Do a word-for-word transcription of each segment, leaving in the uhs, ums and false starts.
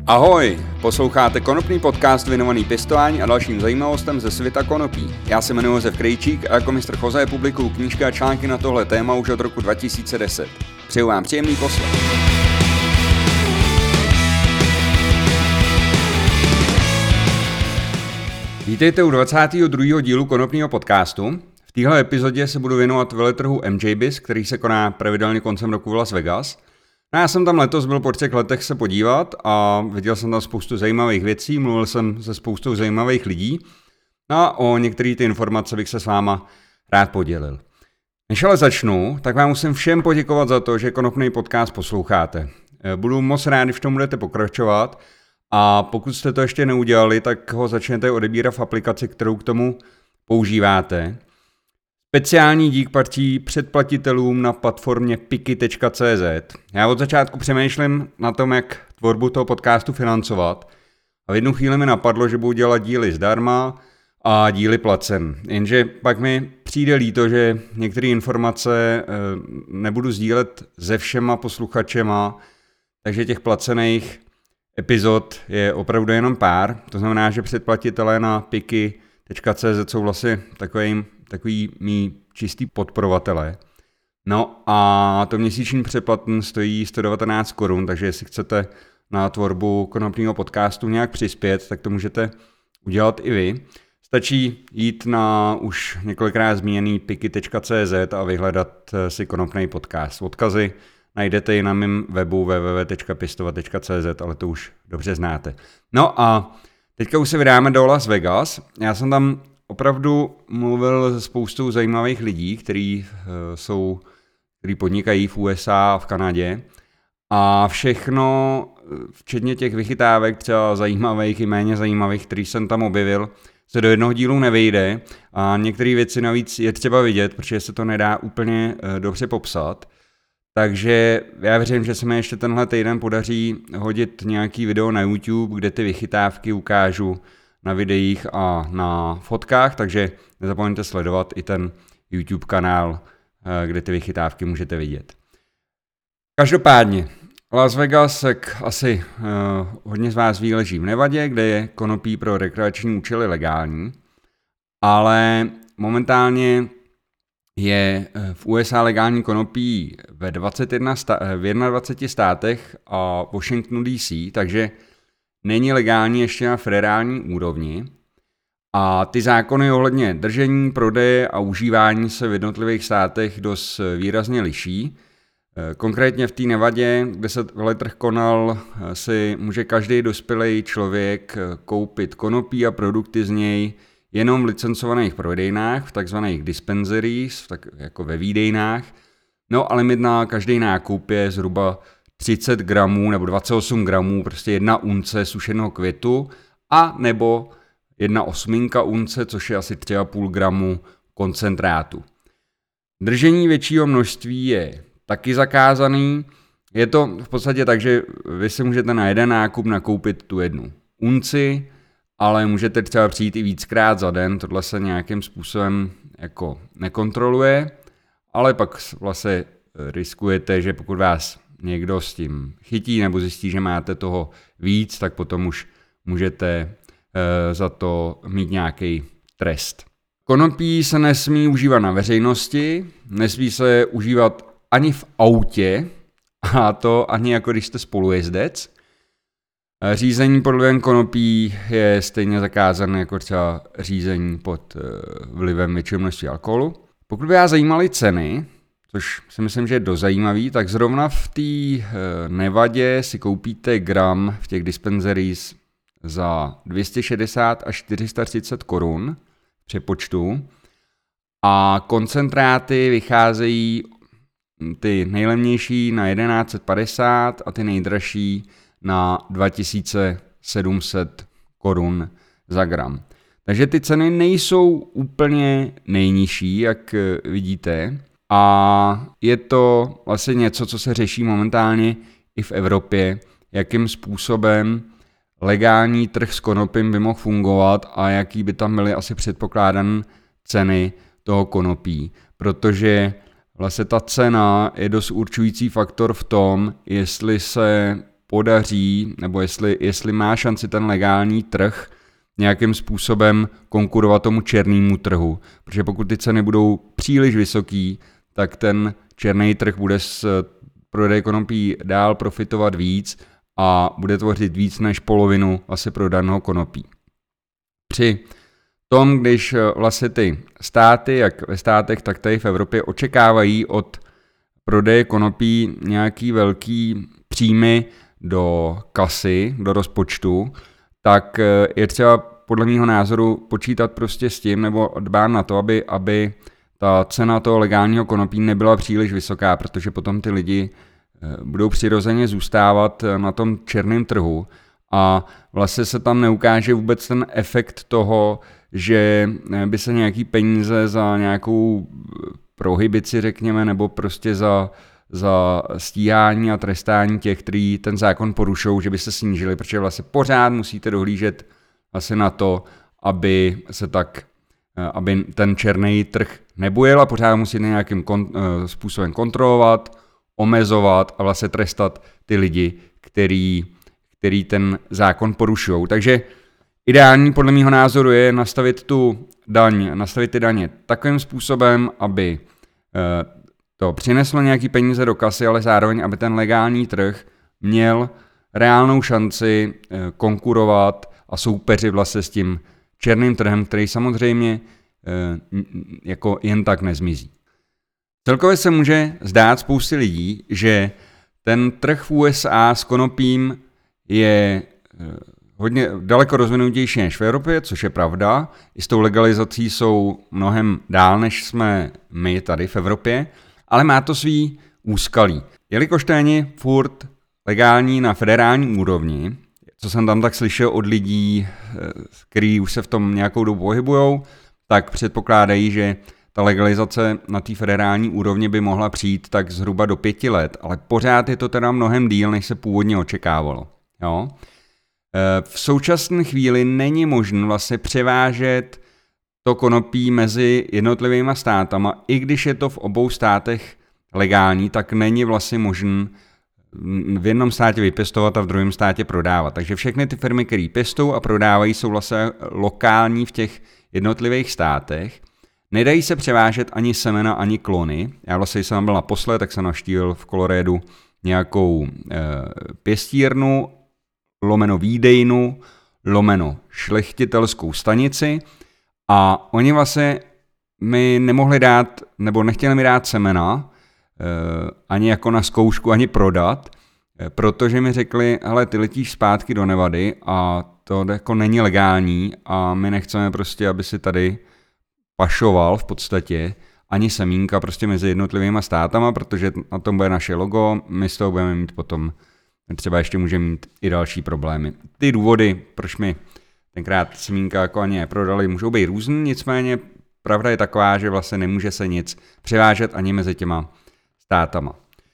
Ahoj, posloucháte konopný podcast věnovaný pěstování a dalším zajímavostem ze světa konopí. Já se jmenuji Josef Krejčík a jako mistr Jose publikuju knížky a články na tohle téma už od roku dva tisíce deset. Přeju vám příjemný poslech. Vítejte u dvacátého druhého dílu konopního podcastu. V téhle epizodě se budu věnovat veletrhu M J B I Z, který se koná pravidelně koncem roku v Las Vegas. No já jsem tam letos byl po třech letech se podívat a viděl jsem tam spoustu zajímavých věcí, mluvil jsem se spoustou zajímavých lidí a o některé ty informace bych se s váma rád podělil. Než ale začnu, tak vám musím všem poděkovat za to, že konopný podcast posloucháte. Budu moc rád, když v tom budete pokračovat a pokud jste to ještě neudělali, tak ho začněte odebírat v aplikaci, kterou k tomu používáte. Speciální dík patří předplatitelům na platformě piky tečka cé zet. Já od začátku přemýšlím na tom, jak tvorbu toho podcastu financovat a v jednu chvíli mi napadlo, že budu dělat díly zdarma a díly placen. Jenže pak mi přijde líto, že některé informace nebudu sdílet se všema posluchačema, takže těch placených epizod je opravdu jenom pár. To znamená, že předplatitelé na piky tečka cé zet jsou vlastně takovým takový mý čistý podporovatelé. No a to měsíční předplatný stojí sto devatenáct korun, takže jestli chcete na tvorbu konopního podcastu nějak přispět, tak to můžete udělat i vy. Stačí jít na už několikrát zmíněný piky tečka cé zet a vyhledat si konopný podcast. Odkazy najdete i na mém webu w w w tečka pěstovat tečka cé zet, ale to už dobře znáte. No a teďka už se vydáme do Las Vegas. Já jsem tam opravdu mluvil se spoustou zajímavých lidí, kteří uh, jsou, kteří podnikají v U S A a v Kanadě a všechno, včetně těch vychytávek třeba zajímavých i méně zajímavých, který jsem tam objevil, se do jednoho dílu nevejde a některé věci navíc je třeba vidět, protože se to nedá úplně uh, dobře popsat. Takže já věřím, že se mi ještě tenhle týden podaří hodit nějaký video na YouTube, kde ty vychytávky ukážu na videích a na fotkách, takže nezapomeňte sledovat i ten YouTube kanál, kde ty vychytávky můžete vidět. Každopádně, Las Vegas, jak asi uh, hodně z vás ví, leží v Nevadě, kde je konopí pro rekreační účely legální, ale momentálně je v U S A legální konopí ve, dvacet jedna sta- v dvaceti jedna státech a Washingtonu D C, takže není legální ještě na federální úrovni a ty zákony ohledně držení, prodeje a užívání se v jednotlivých státech dost výrazně liší. Konkrétně v té Nevadě, kde se veletrh konal, si může každý dospělý člověk koupit konopí a produkty z něj jenom v licencovaných prodejnách, v takzvaných dispensaries, tak jako ve výdejnách. No a limit na každý nákup je zhruba třicet gramů nebo dvacet osm gramů, prostě jedna unce sušeného květu a nebo jedna osminka unce, což je asi tři a půl gramu koncentrátu. Držení většího množství je taky zakázaný. Je to v podstatě tak, že vy si můžete na jeden nákup nakoupit tu jednu unci, ale můžete třeba přijít i víckrát za den, tohle se nějakým způsobem jako nekontroluje, ale pak vlastně riskujete, že pokud vás někdo s tím chytí nebo zjistí, že máte toho víc, tak potom už můžete e, za to mít nějaký trest. Konopí se nesmí užívat na veřejnosti, nesmí se užívat ani v autě, a to ani jako když jste spolujezdec. Řízení pod vlivem konopí je stejně zakázané jako třeba řízení pod vlivem většího množství alkoholu. Pokud by vás zajímaly ceny, což si myslím, že je dost zajímavý, tak zrovna v té Nevadě si koupíte gram v těch dispensaries za dvě stě šedesát až čtyři sta třicet korun v přepočtu a koncentráty vycházejí ty nejlevnější na tisíc sto padesát a ty nejdražší na dva tisíce sedm set korun za gram. Takže ty ceny nejsou úplně nejnižší, jak vidíte, a je to vlastně něco, co se řeší momentálně i v Evropě, jakým způsobem legální trh s konopím by mohl fungovat a jaký by tam byly asi předpokládané ceny toho konopí, protože vlastně ta cena je dost určující faktor v tom, jestli se podaří, nebo jestli, jestli má šanci ten legální trh nějakým způsobem konkurovat tomu černému trhu. Protože pokud ty ceny budou příliš vysoký, tak ten černý trh bude z prodeje konopí dál profitovat víc a bude tvořit víc než polovinu asi prodaného konopí. Při tom, když vlastně ty státy, jak ve státech, tak tady v Evropě očekávají od prodeje konopí nějaký velký příjmy do kasy, do rozpočtu, tak je třeba podle mého názoru počítat prostě s tím, nebo dbát na to, aby, aby ta cena toho legálního konopí nebyla příliš vysoká, protože potom ty lidi budou přirozeně zůstávat na tom černém trhu a vlastně se tam neukáže vůbec ten efekt toho, že by se nějaký peníze za nějakou prohibici, řekněme, nebo prostě za, za stíhání a trestání těch, kteří ten zákon porušují, že by se snížili, protože vlastně pořád musíte dohlížet vlastně na to, aby se tak, aby ten černý trh nebujel a pořád musíte nějakým kon, způsobem kontrolovat, omezovat a vlastně trestat ty lidi, který, který ten zákon porušují. Takže ideální podle mého názoru je nastavit tu daň, nastavit ty daně takovým způsobem, aby to přineslo nějaký peníze do kasy, ale zároveň, aby ten legální trh měl reálnou šanci konkurovat a soupeřit vlastně s tím černým trhem, který samozřejmě jako jen tak nezmizí. Celkově se může zdát spoustě lidí, že ten trh v U S A s konopím je hodně daleko rozvinutější než v Evropě, což je pravda. I s tou legalizací jsou mnohem dál, než jsme my tady v Evropě, ale má to svý úskalí. Jelikož to není furt legální na federální úrovni, co jsem tam tak slyšel od lidí, kteří už se v tom nějakou dobu pohybujou, tak předpokládají, že ta legalizace na té federální úrovni by mohla přijít tak zhruba do pěti let, ale pořád je to teda mnohem díl, než se původně očekávalo. Jo? V současné chvíli není možné vlastně převážet to konopí mezi jednotlivými státama, i když je to v obou státech legální, tak není vlastně možné v jednom státě vypěstovat a v druhém státě prodávat. Takže všechny ty firmy, které pěstují a prodávají, jsou vlastně lokální v těch jednotlivých státech. Nedají se převážet ani semena, ani klony. Já vlastně, když jsem byl naposled, tak jsem navštívil v Coloradu nějakou e, pěstírnu, lomeno výdejnu, lomeno šlechtitelskou stanici a oni vlastně mi nemohli dát, nebo nechtěli mi dát semena, e, ani jako na zkoušku, ani prodat, e, protože mi řekli, hele, ty letíš zpátky do Nevady a to jako není legální a my nechceme prostě, aby si tady pašoval v podstatě ani semínka prostě mezi jednotlivými státama, protože na tom bude naše logo, my z toho budeme mít potom, třeba ještě můžeme mít i další problémy. Ty důvody, proč mi tenkrát semínka jako ani neprodali, můžou být různý, nicméně pravda je taková, že vlastně nemůže se nic převážet ani mezi těma státama.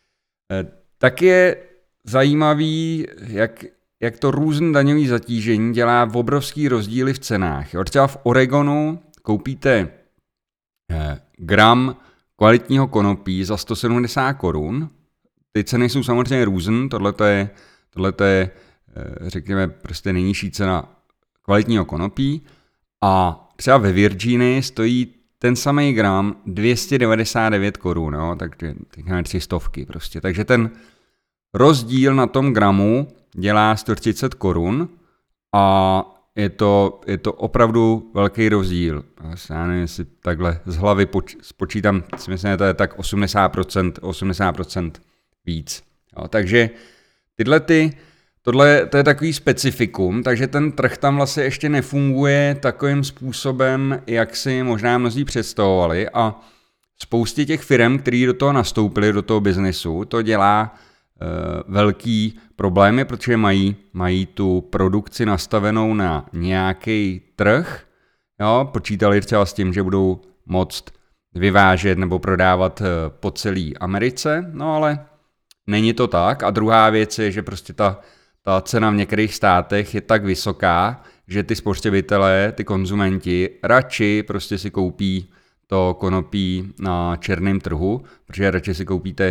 Tak je zajímavý, jak, jak to různé daňové zatížení dělá obrovský rozdíly v cenách. Jo, třeba v Oregonu koupíte eh, gram kvalitního konopí za sto sedmdesát korun. Ty ceny jsou samozřejmě různé, tohle je, tohleto je eh, řekněme, prostě nejnižší cena kvalitního konopí. A třeba ve Virginii stojí ten samý gram dvě stě devadesát devět korun, jo? Takže tři stovky prostě. Takže ten rozdíl na tom gramu dělá sto třicet korun a je to, je to opravdu velký rozdíl. Já nevím, jestli takhle z hlavy poč- spočítám, si myslím, že to je tak osmdesát procent, osmdesát procent víc. Jo, takže tyhle ty, tohle to je takový specifikum, takže ten trh tam vlastně ještě nefunguje takovým způsobem, jak si možná mnozí představovali a spoustě těch firm, který do toho nastoupili, do toho biznesu, to dělá velký problémy, protože mají, mají tu produkci nastavenou na nějaký trh. Jo, počítali třeba s tím, že budou moct vyvážet nebo prodávat po celé Americe, no ale není to tak. A druhá věc je, že prostě ta, ta cena v některých státech je tak vysoká, že ty spotřebitelé, ty konzumenti radši prostě si koupí to konopí na černém trhu, protože radši si koupíte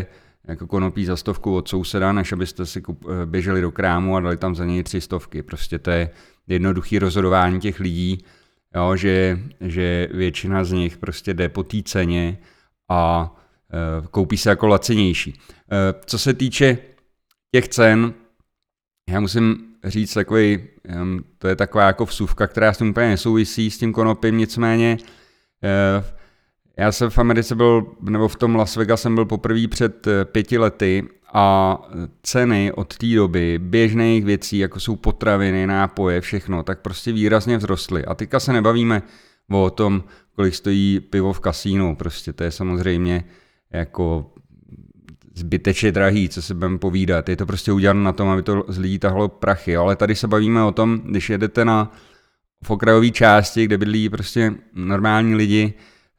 jako konopí za stovku od souseda, než abyste si kup, běželi do krámu a dali tam za něj tři stovky. Prostě to je jednoduchý rozhodování těch lidí, jo, že, že většina z nich prostě jde po té ceně a e, koupí se jako lacinější. E, co se týče těch cen, já musím říct takový, to je taková jako vsuvka, která s tím úplně nesouvisí s tím konopím, nicméně e, já jsem v Americe byl, nebo v tom Las Vegas jsem byl poprvé před pěti lety a ceny od té doby běžných věcí, jako jsou potraviny, nápoje, všechno, tak prostě výrazně vzrostly. A teďka se nebavíme o tom, kolik stojí pivo v kasínu, prostě to je samozřejmě jako zbytečně drahý, co si budeme povídat. Je to prostě udělané na tom, aby to z lidí tahlo prachy, ale tady se bavíme o tom, když jedete na v okrajové části, kde bydlí prostě normální lidi,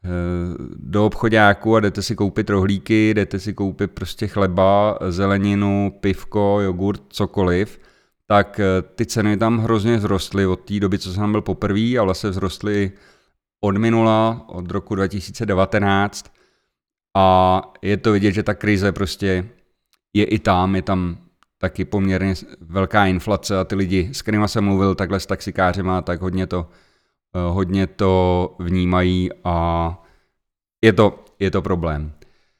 do obchoďáku a jdete si koupit rohlíky, jdete si koupit prostě chleba, zeleninu, pivko, jogurt, cokoliv, tak ty ceny tam hrozně vzrostly od té doby, co jsem tam byl poprvé, ale se vzrostly od minula, od roku dva tisíce devatenáct a je to vidět, že ta krize prostě je i tam, je tam taky poměrně velká inflace a ty lidi, s kterýma jsem mluvil takhle s taxikářima, tak hodně to hodně to vnímají a je to, je to problém.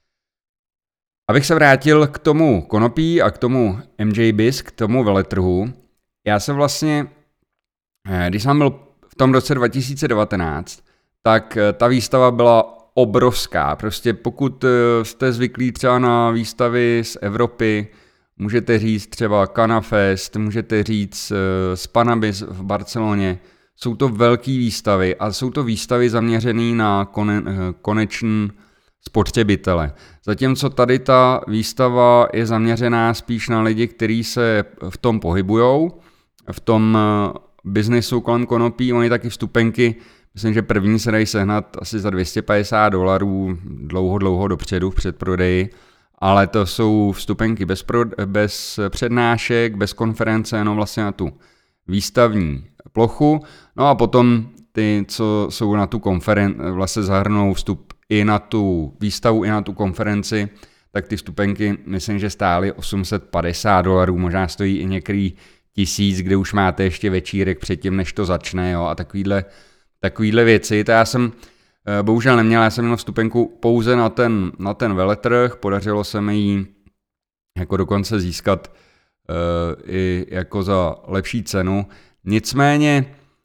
Abych se vrátil k tomu konopí a k tomu M J Biz, k tomu veletrhu, já jsem vlastně, když jsem byl v tom roce dva tisíce devatenáct, tak ta výstava byla obrovská. Prostě pokud jste zvyklí třeba na výstavy z Evropy, můžete říct třeba Canafest, můžete říct Spannabis v Barceloně, jsou to velké výstavy a jsou to výstavy zaměřené na kone, koneční spotřebitele. Zatímco tady ta výstava je zaměřená spíš na lidi, kteří se v tom pohybujou, v tom biznesu kolem konopí, oni taky vstupenky, myslím, že první se dají sehnat asi za dvě stě padesát dolarů dlouho, dlouho dopředu v předprodeji, ale to jsou vstupenky bez, pro, bez přednášek, bez konference, jenom vlastně na tu výstavní plochu, no a potom ty, co jsou na tu konferenci, vlastně zahrnou vstup i na tu výstavu, i na tu konferenci, tak ty vstupenky, myslím, že stály osm set padesát dolarů, možná stojí i některý tisíc, kde už máte ještě večírek předtím, než to začne, jo, a takovýhle, takovýhle věci. To já jsem bohužel neměl, já jsem měl vstupenku pouze na ten, na ten veletrh, podařilo se mi ji jako dokonce získat uh, i jako za lepší cenu. Nicméně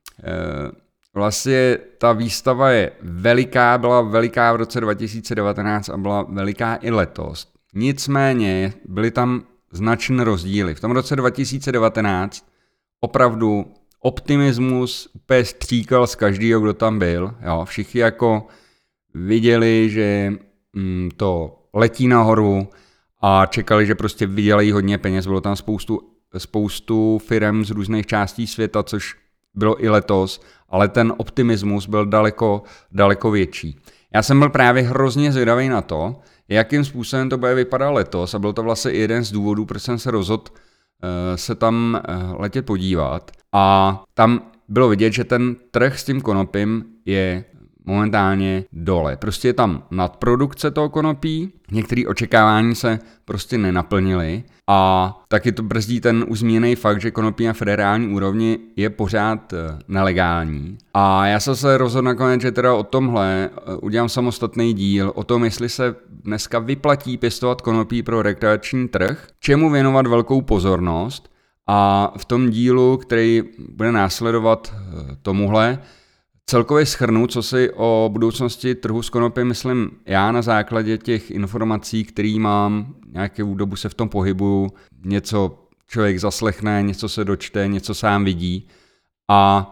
vlastně ta výstava je veliká, byla veliká v roce dva tisíce devatenáct a byla veliká i letos. Nicméně byly tam značné rozdíly. V tom roce dva tisíce devatenáct opravdu optimismus úplně stříkal z každého, kdo tam byl. Jo, všichni jako viděli, že mm, to letí nahoru a čekali, že prostě vydělají hodně peněz. Bylo tam spoustu spoustu firem z různých částí světa, což bylo i letos, ale ten optimismus byl daleko, daleko větší. Já jsem byl právě hrozně zvědavý na to, jakým způsobem to bude vypadat letos a byl to vlastně i jeden z důvodů, proč jsem se rozhodl uh, se tam uh, letět podívat a tam bylo vidět, že ten trh s tím konopím je momentálně dole. Prostě je tam nadprodukce toho konopí, některé očekávání se prostě nenaplnily a taky to brzdí ten už zmíněný fakt, že konopí na federální úrovni je pořád nelegální. A já jsem se rozhodl nakonec, že teda o tomhle udělám samostatný díl, o tom, jestli se dneska vyplatí pěstovat konopí pro rekreační trh, čemu věnovat velkou pozornost a v tom dílu, který bude následovat tomuhle, celkově shrnu, co si o budoucnosti trhu s konopím myslím já na základě těch informací, které mám, nějakou dobu se v tom pohybuju, něco člověk zaslechne, něco se dočte, něco sám vidí. A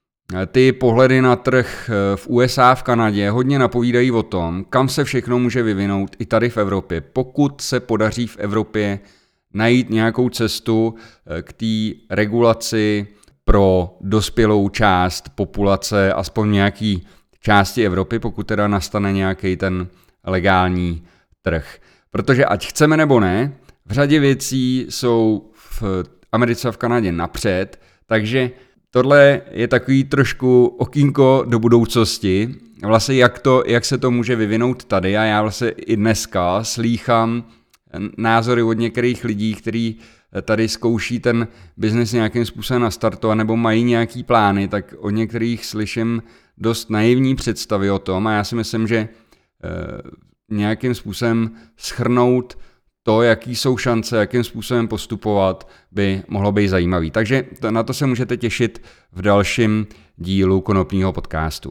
ty pohledy na trh v U S A, v Kanadě hodně napovídají o tom, kam se všechno může vyvinout i tady v Evropě. Pokud se podaří v Evropě najít nějakou cestu k té regulaci pro dospělou část populace, aspoň nějaký části Evropy, pokud teda nastane nějaký ten legální trh. Protože ať chceme nebo ne, v řadě věcí jsou v Americe a v Kanadě napřed, takže tohle je takový trošku okýnko do budoucnosti, vlastně jak, to, jak se to může vyvinout tady a já vlastně i dneska slýchám názory od některých lidí, kteří tady zkouší ten biznes nějakým způsobem nastartovat nebo mají nějaký plány, tak od některých slyším dost naivní představy o tom a já si myslím, že nějakým způsobem shrnout to, jaký jsou šance, jakým způsobem postupovat, by mohlo být zajímavý. Takže na to se můžete těšit v dalším dílu Konopního podcastu.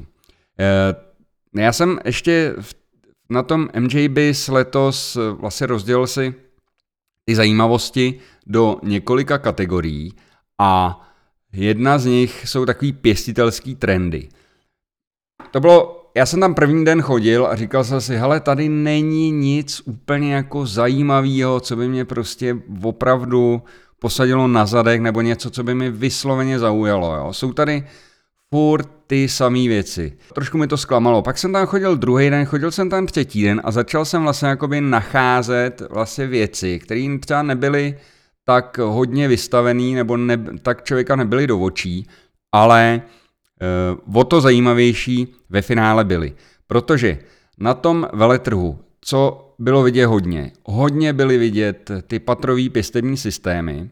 Já jsem ještě na tom M J Biz letos vlastně rozdělil si ty zajímavosti do několika kategorií a jedna z nich jsou takový pěstitelský trendy. To bylo, já jsem tam první den chodil a říkal jsem si, hele, tady není nic úplně jako zajímavého, co by mě prostě opravdu posadilo na zadek nebo něco, co by mi vysloveně zaujalo. Jo. Jsou tady furt ty samé věci. Trošku mi to zklamalo. Pak jsem tam chodil druhý den, chodil jsem tam třetí den a začal jsem vlastně jakoby nacházet vlastně věci, které třeba nebyly tak hodně vystavený nebo ne, tak člověka nebyly do očí, ale e, o to zajímavější ve finále byly. Protože na tom veletrhu, co bylo vidět hodně, hodně byly vidět ty patrový pěstební systémy.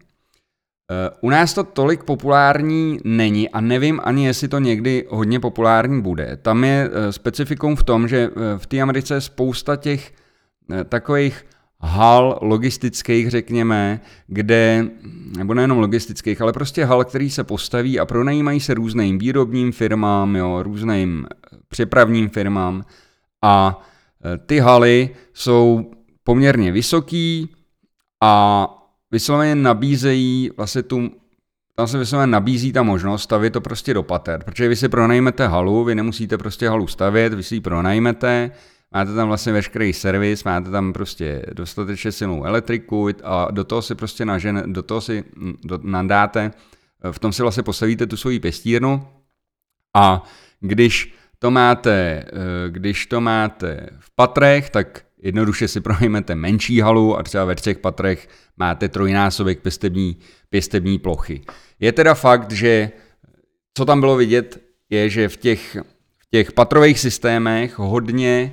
U nás to tolik populární není a nevím ani, jestli to někdy hodně populární bude. Tam je specifikum v tom, že v té Americe je spousta těch takových hal logistických, řekněme, kde, nebo nejenom logistických, ale prostě hal, který se postaví a pronajímají se různým výrobním firmám, jo, různým přepravním firmám a ty haly jsou poměrně vysoký a vysloveně nabízejí, vlastně tu, tam se vysloveně nabízí ta možnost stavět to prostě do pater, protože vy si pronajmete halu, vy nemusíte prostě halu stavět, vy si ji pronajmete, máte tam vlastně veškerý servis, máte tam prostě dostatečně silnou elektriku a do toho si prostě nažen, do toho si do, nadáte, v tom si vlastně postavíte tu svoji pěstírnu a když to máte, když to máte v patrech, tak jednoduše si pronajmete menší halu a třeba ve třech patrech máte trojnásobek pěstební, pěstební plochy. Je teda fakt, že co tam bylo vidět, je, že v těch, v těch patrových systémech hodně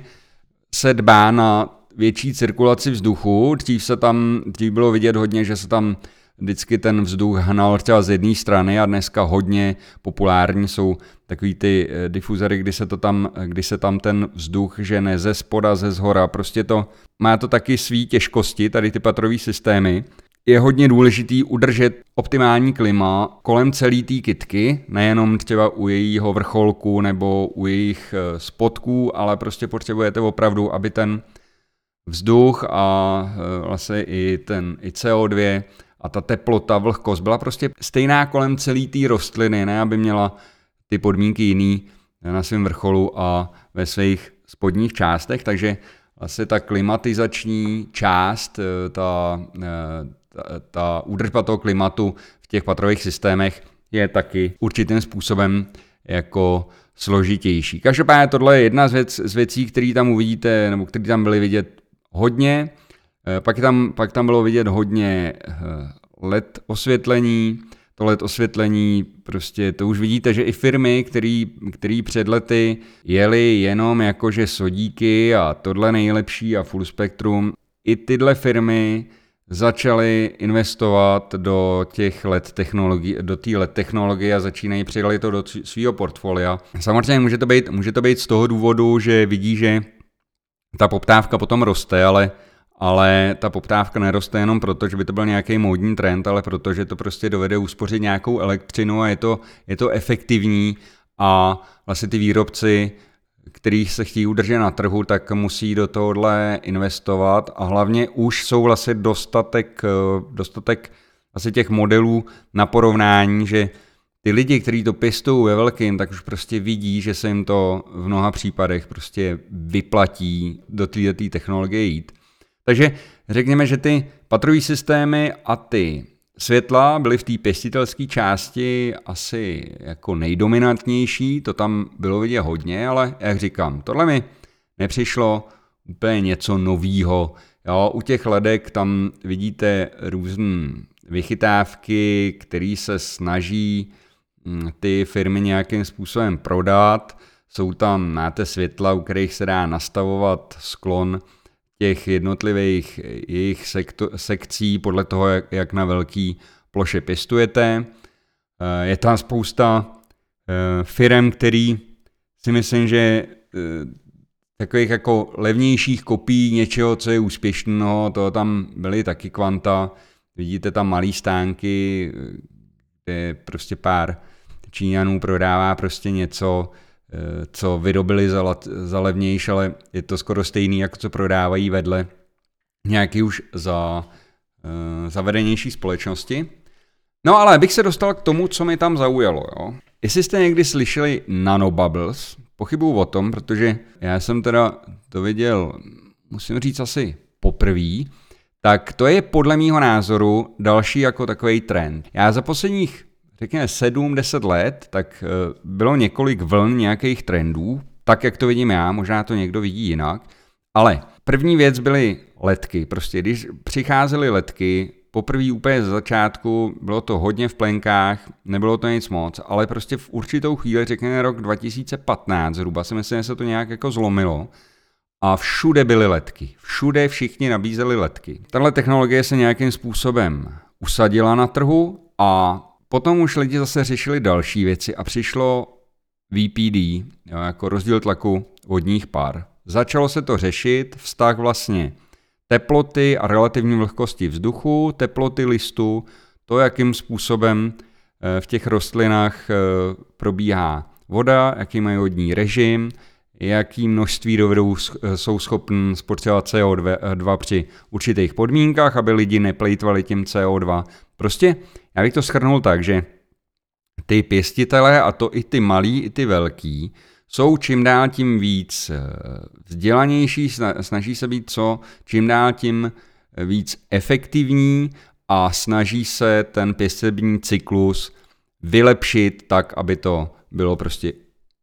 se dbá na větší cirkulaci vzduchu. Dřív se tam, dřív bylo vidět hodně, že se tam vždycky ten vzduch hnal třeba z jedné strany a dneska hodně populární jsou takový ty difuzery, kdy se, to tam, kdy se tam ten vzduch žene ze spoda, ze zhora. Prostě to má to taky svý těžkosti, tady ty patrový systémy. Je hodně důležitý udržet optimální klima kolem celé té kytky, nejenom třeba u jejího vrcholku nebo u jejich spodků, ale prostě potřebujete opravdu, aby ten vzduch a vlastně i ten i C O dva a ta teplota, vlhkost byla prostě stejná kolem celé té rostliny, ne aby měla ty podmínky jiný na svém vrcholu a ve svých spodních částech, takže vlastně ta klimatizační část, ta, ta, ta údržba toho klimatu v těch patrových systémech je taky určitým způsobem jako složitější. Každopádně tohle je jedna z, věc, z věcí, které tam uvidíte, nebo které tam byly vidět hodně. Pak tam, pak tam bylo vidět hodně L E D osvětlení. To L E D osvětlení, prostě to už vidíte, že i firmy, který, který před lety jeli jenom jakože sodíky a tohle nejlepší a full spektrum, i tyhle firmy začaly investovat do těch L E D technologií, do té L E D technologie a začínají přidali to do svého portfolia. Samozřejmě může to být, může to být z toho důvodu, že vidí, že ta poptávka potom roste, ale ale ta poptávka neroste jenom proto, že by to byl nějaký módní trend, ale proto, že to prostě dovede uspořit nějakou elektřinu a je to, je to efektivní a vlastně ty výrobci, kteří se chtějí udržet na trhu, tak musí do tohohle investovat a hlavně už jsou vlastně dostatek, dostatek vlastně těch modelů na porovnání, že ty lidi, kteří to pěstují ve velkým, tak už prostě vidí, že se jim to v mnoha případech prostě vyplatí do této technologie jít. Takže řekněme, že ty patrový systémy a ty světla byly v té pěstitelské části asi jako nejdominantnější, to tam bylo vidět hodně, ale jak říkám, tohle mi nepřišlo úplně něco novýho. Jo, u těch ledek tam vidíte různé vychytávky, které se snaží ty firmy nějakým způsobem prodat. Jsou tam, máte světla, u kterých se dá nastavovat sklon těch jednotlivých jejich sekto, sekcí podle toho, jak, jak na velký ploše pěstujete. Je tam spousta firem, který si myslím, že takových jako levnějších kopií něčeho, co je úspěšného, to tam byly taky kvanta. Vidíte tam malý stánky, kde prostě pár Číňanů prodává prostě něco, co vyrobili za, za levnější, ale je to skoro stejný, jako co prodávají vedle nějaký už za uh, zavedenější společnosti. No ale abych se dostal k tomu, co mi tam zaujalo. Jo? Jestli jste někdy slyšeli nanobubbles, pochybuju o tom, protože já jsem teda to viděl, musím říct asi poprvé, tak to je podle mýho názoru další jako takový trend. Já za posledních, řekněme, sedm deset let, tak bylo několik vln nějakých trendů, tak jak to vidím já, možná to někdo vidí jinak, ale první věc byly ledky. Prostě když přicházely ledky, poprvé úplně z začátku, bylo to hodně v plenkách, nebylo to nic moc, ale prostě v určitou chvíli, řekněme rok dva tisíce patnáct zhruba, si myslím, že se to nějak jako zlomilo a všude byly ledky. Všude všichni nabízeli ledky. Tahle technologie se nějakým způsobem usadila na trhu a potom už lidi zase řešili další věci a přišlo V P D, jo, jako rozdíl tlaku vodních par. Začalo se to řešit, vztah vlastně teploty a relativní vlhkosti vzduchu, teploty listu, to, jakým způsobem v těch rostlinách probíhá voda, jaký mají vodní režim, jaký množství dovedou, jsou schopni spotřebovat C O dva při určitých podmínkách, aby lidi neplejtvali tím C O dva. Prostě já bych to shrnul tak, že ty pěstitelé, a to i ty malí, i ty velký, jsou čím dál tím víc vzdělanější, snaží se být co, čím dál tím víc efektivní a snaží se ten pěstební cyklus vylepšit tak, aby to bylo prostě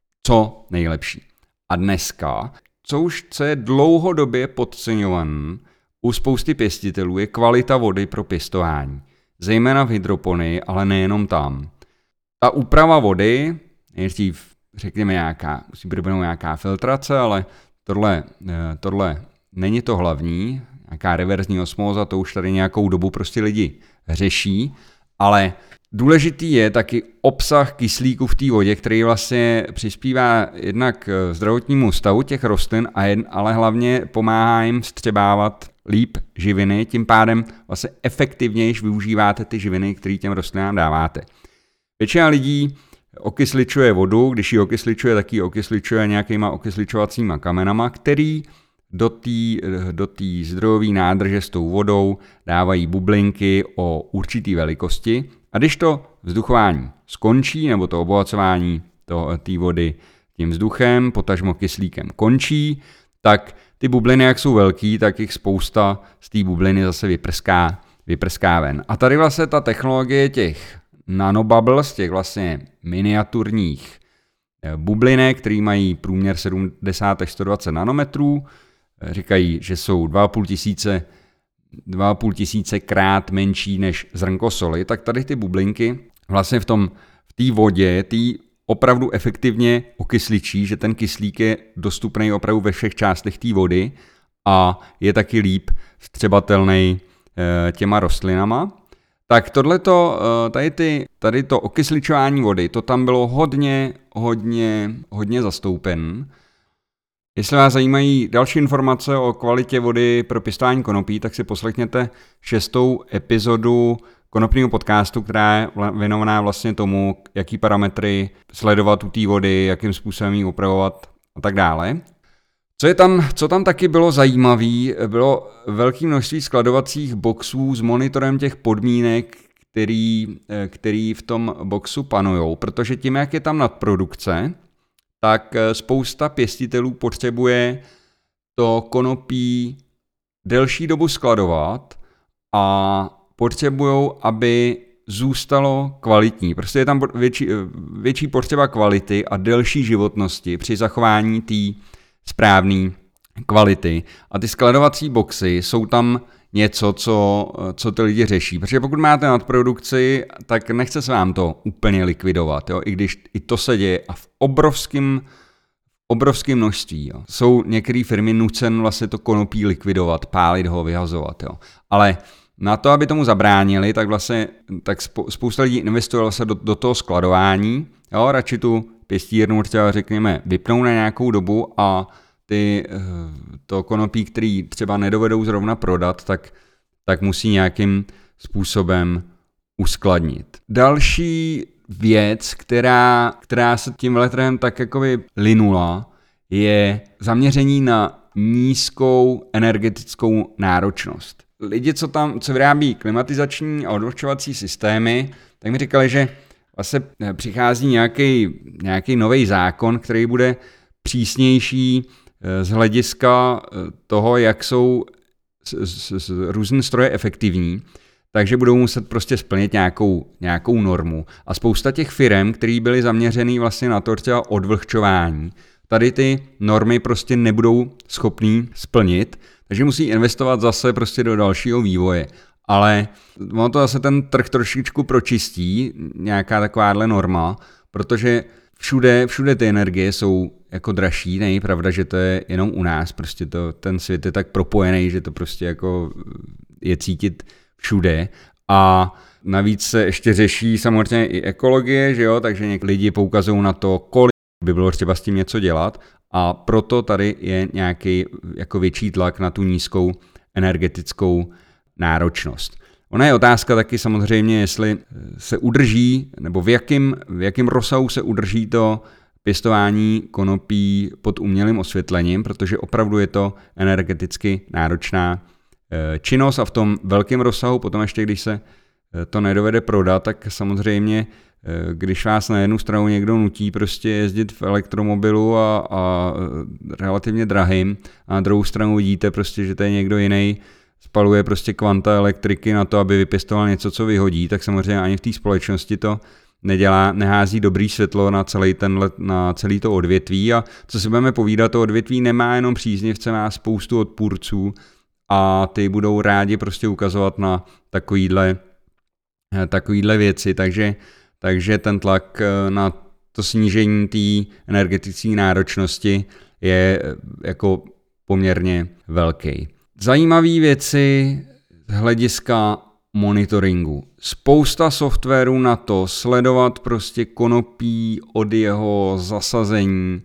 co nejlepší. A dneska, co už co je dlouhodobě podceňované u spousty pěstitelů, je kvalita vody pro pěstování. Zejména v hydroponii, ale nejenom tam. Ta úprava vody, nejdřív řekněme nějaká, musí být nějaká filtrace, ale tohle, tohle není to hlavní, nějaká reverzní osmóza, to už tady nějakou dobu prostě lidi řeší, ale důležitý je taky obsah kyslíku v té vodě, který vlastně přispívá jednak k zdravotnímu stavu těch rostlin, a jen, ale hlavně pomáhá jim vstřebávat líp živiny, tím pádem vlastně efektivnější využíváte ty živiny, které těm rostlinám dáváte. Většina lidí okysličuje vodu, když ji okysličuje, tak ji okysličuje nějakýma okysličovacíma kamenama, který do té do té zdrojové nádrže s tou vodou dávají bublinky o určité velikosti. A když to vzduchování skončí, nebo to obohacování té vody tím vzduchem, potažmo kyslíkem končí, tak ty bubliny, jak jsou velký, tak jich spousta z té bubliny zase vyprská, vyprská ven. A tady vlastně ta technologie těch nanobubbles, těch vlastně miniaturních bublinek, které mají průměr sedmdesát až sto dvacet nanometrů, říkají, že jsou dva a půl tisíce, dva a půl tisíce krát menší než zrnko soli, tak tady ty bublinky vlastně v tom v té vodě, tý opravdu efektivně okysličí, že ten kyslík je dostupný opravdu ve všech částech té vody a je taky líp vstřebatelný těma rostlinama. Tak tohleto, tady, ty, tady to okysličování vody, to tam bylo hodně, hodně, hodně zastoupen. Jestli vás zajímají další informace o kvalitě vody pro pěstování konopí, tak si poslechněte šestou epizodu konopního podcastu, která je věnovaná vlastně tomu, jaký parametry sledovat u té vody, jakým způsobem ji upravovat a tak dále. Co, je tam, co tam taky bylo zajímavé, bylo velké množství skladovacích boxů s monitorem těch podmínek, který, který v tom boxu panujou, protože tím, jak je tam nadprodukce, tak spousta pěstitelů potřebuje to konopí delší dobu skladovat a potřebují, aby zůstalo kvalitní. Prostě je tam větší, větší potřeba kvality a delší životnosti při zachování té správné kvality. A ty skladovací boxy jsou tam něco, co, co ty lidi řeší. Protože pokud máte nadprodukci, tak nechce se vám to úplně likvidovat. Jo? I když i to se děje a v obrovském, obrovské množství. Jo. Jsou některé firmy nucen vlastně to konopí likvidovat, pálit ho, vyhazovat. Jo. Ale na to, aby tomu zabránili, tak vlastně tak spousta lidí investovalo se do, do toho skladování. Jo, radši tu pěstírnu třeba řekněme vypnou na nějakou dobu a ty, to konopí, který třeba nedovedou zrovna prodat, tak, tak musí nějakým způsobem uskladnit. Další věc, která, která se tím veletrhem tak jakoby linula, je zaměření na nízkou energetickou náročnost. Lidi, co tam, co vyrábí klimatizační a odvlhčovací systémy, tak mi říkali, že vlastně přichází nějaký, nějaký nový zákon, který bude přísnější z hlediska toho, jak jsou různé stroje efektivní, takže budou muset prostě splnit nějakou, nějakou normu. A spousta těch firem, které byly zaměřený vlastně na to třeba odvlhčování, tady ty normy prostě nebudou schopný splnit, takže musí investovat zase prostě do dalšího vývoje. Ale ono to zase ten trh trošičku pročistí, nějaká takováhle norma, protože všude, všude ty energie jsou jako dražší, není pravda, že to je jenom u nás, prostě to, ten svět je tak propojený, že to prostě jako je cítit všude a navíc se ještě řeší samozřejmě i ekologie, že jo, takže někdy lidi poukazují na to, kolik by bylo třeba s tím něco dělat a proto tady je nějaký jako větší tlak na tu nízkou energetickou náročnost. Ona je otázka taky samozřejmě, jestli se udrží, nebo v jakém v jakém rozsahu se udrží to pěstování konopí pod umělým osvětlením, protože opravdu je to energeticky náročná činnost a v tom velkém rozsahu, potom ještě když se to nedovede prodat, tak samozřejmě, když vás na jednu stranu někdo nutí prostě jezdit v elektromobilu a, a relativně drahým, a na druhou stranu vidíte prostě, že to je někdo jiný, spaluje prostě kvanta elektriky na to, aby vypěstoval něco, co vyhodí, tak samozřejmě ani v té společnosti to nedělá, nehází dobrý světlo na celý, tenhle, na celý to odvětví a co si budeme povídat, to odvětví nemá jenom příznivce, má spoustu odpůrců a ty budou rádi prostě ukazovat na takovýhle, takovýhle věci, takže, takže ten tlak na to snížení té energetické náročnosti je jako poměrně velký. Zajímavé věci z hlediska monitoringu. Spousta softwarů na to sledovat prostě konopí od jeho zasazení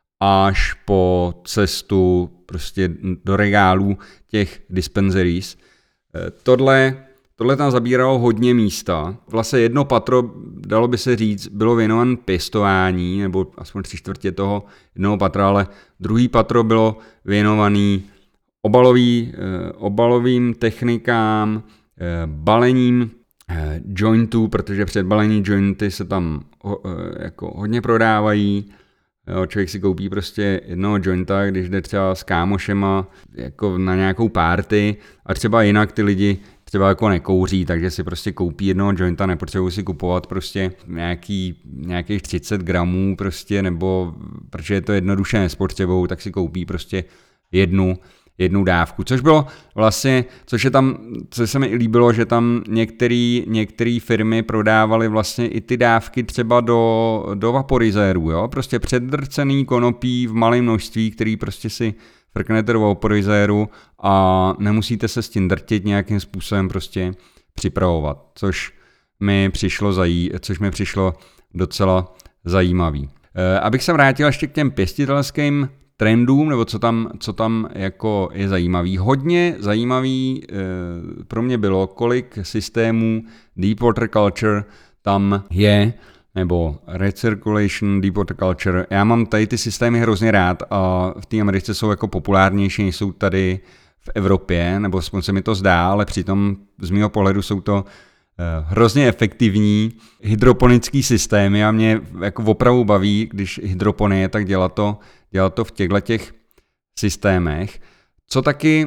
až po cestu prostě do regálů těch dispensaries. Tohle, tohle tam zabíralo hodně místa. Vlastně jedno patro, dalo by se říct, bylo věnovan pěstování, nebo aspoň tři čtvrtě toho jednoho patra, ale druhý patro bylo věnovaný obalový, obalovým technikám, balením jointů, protože předbalení jointy se tam jako hodně prodávají. Jo, člověk si koupí prostě jednoho jointa, když jde třeba s kámošema jako na nějakou party a třeba jinak ty lidi třeba jako nekouří, takže si prostě koupí jednoho jointa, nepotřebují si kupovat prostě nějaký, nějakých třicet gramů prostě, nebo protože je to jednoduše nespotřebou, tak si koupí prostě jednu jednu dávku, což bylo vlastně, což je tam, co se mi líbilo, že tam některý, některé firmy prodávaly vlastně i ty dávky třeba do, do vaporizérů, jo, prostě předrcený konopí v malém množství, který prostě si frknete do vaporizéru a nemusíte se s tím drtit nějakým způsobem prostě připravovat, což mi přišlo, zají, což mi přišlo docela zajímavý. E, abych se vrátil ještě k těm pěstitelským trendům, nebo co tam, co tam jako je zajímavý. Hodně zajímavý e, pro mě bylo, kolik systémů Deep Water Culture tam je, nebo Recirculation, Deep Water Culture. Já mám tady ty systémy hrozně rád a v té Americe jsou jako populárnější, než jsou tady v Evropě, nebo aspoň se mi to zdá, ale přitom z mého pohledu jsou to hrozně efektivní hydroponický systémy a mě jako opravdu baví, když hydroponie, tak dělat to, dělat to v těchto těch systémech. Co taky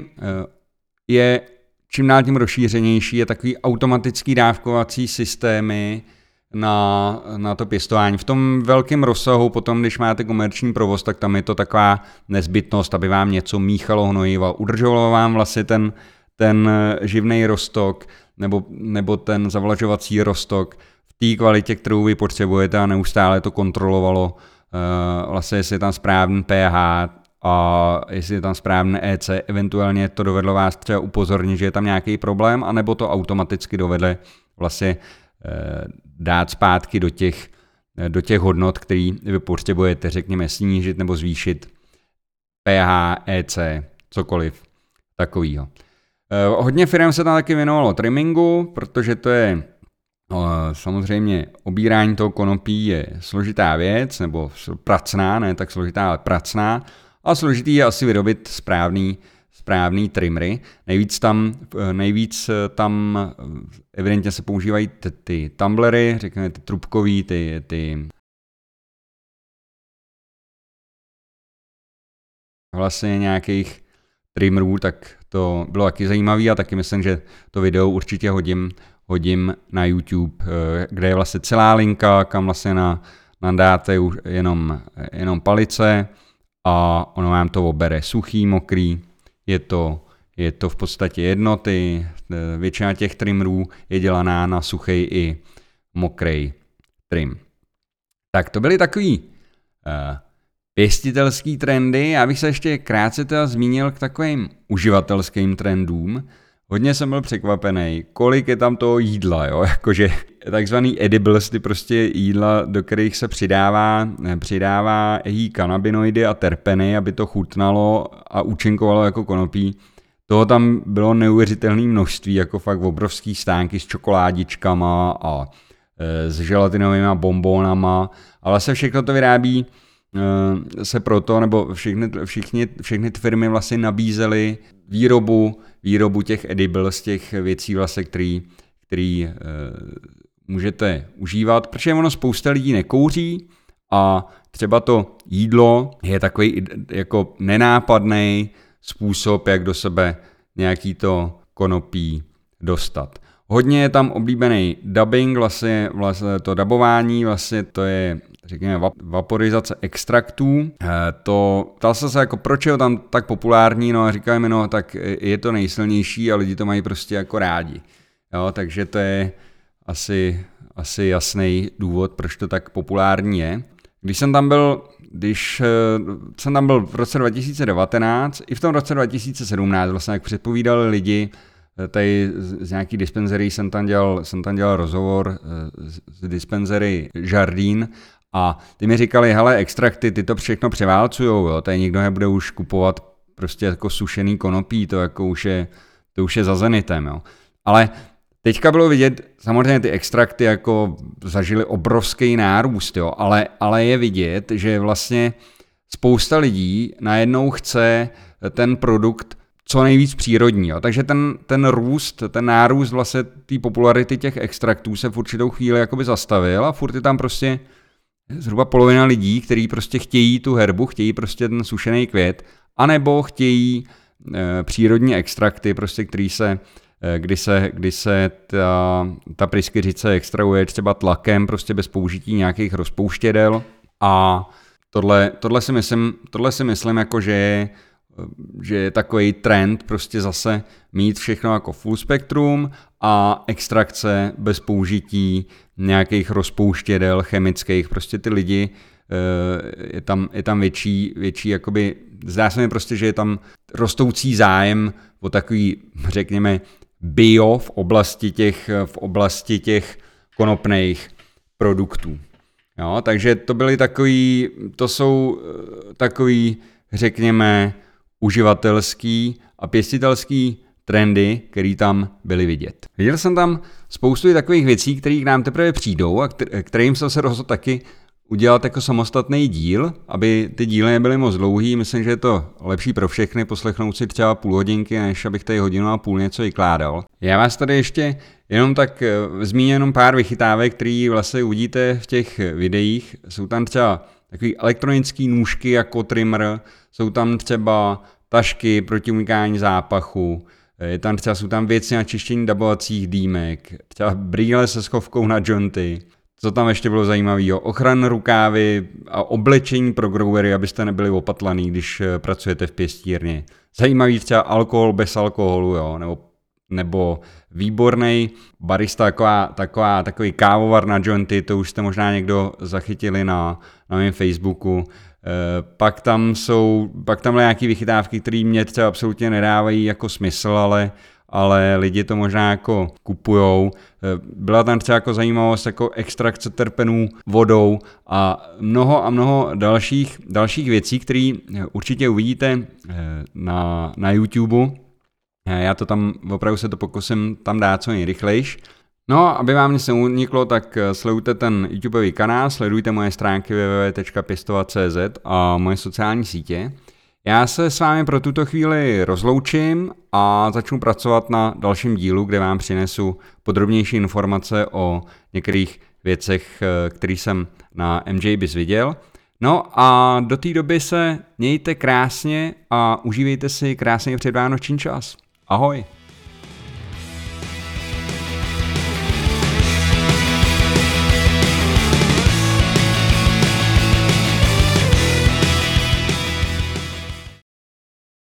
je čím dál tím rozšířenější, je takový automatický dávkovací systémy na, na to pěstování. V tom velkém rozsahu potom, když máte komerční provoz, tak tam je to taková nezbytnost, aby vám něco míchalo hnojiva, udržovalo vám vlastně ten, ten živný roztok, nebo, nebo ten zavlažovací roztok v té kvalitě, kterou vy potřebujete a neustále to kontrolovalo vlastně jestli je tam správný pH a jestli je tam správné E C, eventuálně to dovedlo vás třeba upozornit, že je tam nějaký problém, anebo to automaticky dovede vlastně dát zpátky do těch, do těch hodnot, který vy potřebujete, řekněme, snížit nebo zvýšit pH, E C, cokoliv takového. Hodně firm se tam taky věnovalo trimmingu, protože to je samozřejmě obírání toho konopí je složitá věc, nebo pracná, ne tak složitá, ale pracná. A složitý je asi vyrobit správný, správný trimmery. Nejvíc tam, nejvíc tam evidentně se používají ty, ty tumblery, řekněme ty trubkový, ty, ty vlastně nějakých trimmerů, tak to bylo taky zajímavé a taky myslím, že to video určitě hodím, hodím na YouTube, kde je vlastně celá linka, kam vlastně na, nadáte jenom, jenom palice a ono vám to obere suchý, mokrý, je to, je to v podstatě jedno, ty, většina těch trimmerů je dělaná na suchý i mokrý trim. Tak to byly takový uh, pěstitelský trendy, já bych se ještě krátce teda zmínil k takovým uživatelským trendům. Hodně jsem byl překvapený, kolik je tam toho jídla, jo, jakože takzvaný edibles, ty prostě jídla, do kterých se přidává, přidává jí kanabinoidy a terpeny, aby to chutnalo a účinkovalo jako konopí. Toho tam bylo neuvěřitelné množství, jako fakt obrovský stánky s čokoládičkama a e, s želatinovými bonbónama, ale se všechno to vyrábí e, se proto, nebo všechny, všichni, všechny firmy vlastně nabízely výrobu, výrobu těch edibles, těch věcí vlastně, který, který e, můžete užívat, protože ono spousta lidí nekouří a třeba to jídlo je takový jako nenápadný způsob, jak do sebe nějaký to konopí dostat. Hodně je tam oblíbený dubbing, vlastně, vlastně to dabování, vlastně to je, řekněme, vaporizace extraktů. To ptal jsem se jako, proč je to tam tak populární, no a říkáme, no tak je to nejsilnější a lidi to mají prostě jako rádi. Jo, takže to je asi, asi jasný důvod, proč to tak populární je. Když jsem tam byl, když jsem tam byl v roce dva tisíce devatenáct, i v tom roce dva tisíce sedmnáct, vlastně jak předpovídali lidi, tady z nějaký dispenzery jsem tam dělal, jsem tam dělal rozhovor z dispenzery Jardín a ty mi říkali, hele, extrakty, ty to všechno převálcujou, jo, tady nikdo nebude už kupovat prostě jako sušený konopí, to jako už je, to už je za zenitem, jo. Ale teďka bylo vidět, samozřejmě ty extrakty jako zažily obrovský nárůst, jo, ale, ale je vidět, že vlastně spousta lidí najednou chce ten produkt co nejvíc přírodní. Jo. Takže ten, ten růst, ten nárůst vlastně té popularity těch extraktů se v určitou chvíli jakoby zastavil a furt je tam prostě zhruba polovina lidí, kteří prostě chtějí tu herbu, chtějí prostě ten sušený květ, anebo chtějí e, přírodní extrakty, prostě, který se Kdy se, kdy se ta, ta pryskyřice extrahuje třeba tlakem, prostě bez použití nějakých rozpouštědel. A tohle, tohle, si, myslím, tohle si myslím, jako že je, že je takový trend prostě zase mít všechno jako full spektrum a extrakce bez použití nějakých rozpouštědel chemických. Prostě ty lidi, je tam, je tam větší, větší jakoby, zdá se mi prostě, že je tam rostoucí zájem o takový, řekněme, bio v oblasti těch, v oblasti těch konopných produktů. Jo, takže to byly takový, to jsou takový, řekněme, uživatelský a pěstitelský trendy, které tam byly vidět. Viděl jsem tam spoustu takových věcí, které k nám teprve přijdou a kterým jsem se rozhodl taky udělat jako samostatný díl, aby ty díly nebyly moc dlouhý. Myslím, že je to lepší pro všechny poslechnout si třeba půl hodinky, než abych tady hodinu a půl něco vykládal. Já vás tady ještě jenom tak zmíním jenom pár vychytávek, které vlastně uvidíte v těch videích. Jsou tam třeba takový elektronický nůžky jako trimmer, jsou tam třeba tašky proti umykání zápachu, je tam třeba, jsou tam věci na čištění dabovacích dýmek, třeba brýle se schovkou na jointy. Co tam ještě bylo zajímavého? Ochranné rukávy a oblečení pro growery, abyste nebyli opatlaný, když pracujete v pěstírně. Zajímavý třeba alkohol bez alkoholu, jo, nebo nebo výborný barista, taková, taková, takový kávovar na jointy, to už jste možná někdo zachytili na, na mém Facebooku. E, pak tam jsou, pak tam nějaké vychytávky, které mě třeba absolutně nedávají jako smysl, ale, ale lidi to možná jako kupujou. E, byla tam třeba jako zajímavost jako extrakce terpenů vodou a mnoho a mnoho dalších, dalších věcí, které určitě uvidíte na, na YouTube. Já to tam, opravdu se to pokusím tam dát co nejrychlejš. No, aby vám nic neuniklo, tak sledujte ten YouTubeový kanál, sledujte moje stránky w w w tečka pěstovat tečka c z a moje sociální sítě. Já se s vámi pro tuto chvíli rozloučím a začnu pracovat na dalším dílu, kde vám přinesu podrobnější informace o některých věcech, které jsem na M J Biz viděl. No a do té doby se mějte krásně a užívejte si krásně předvánoční čas. Ahoj!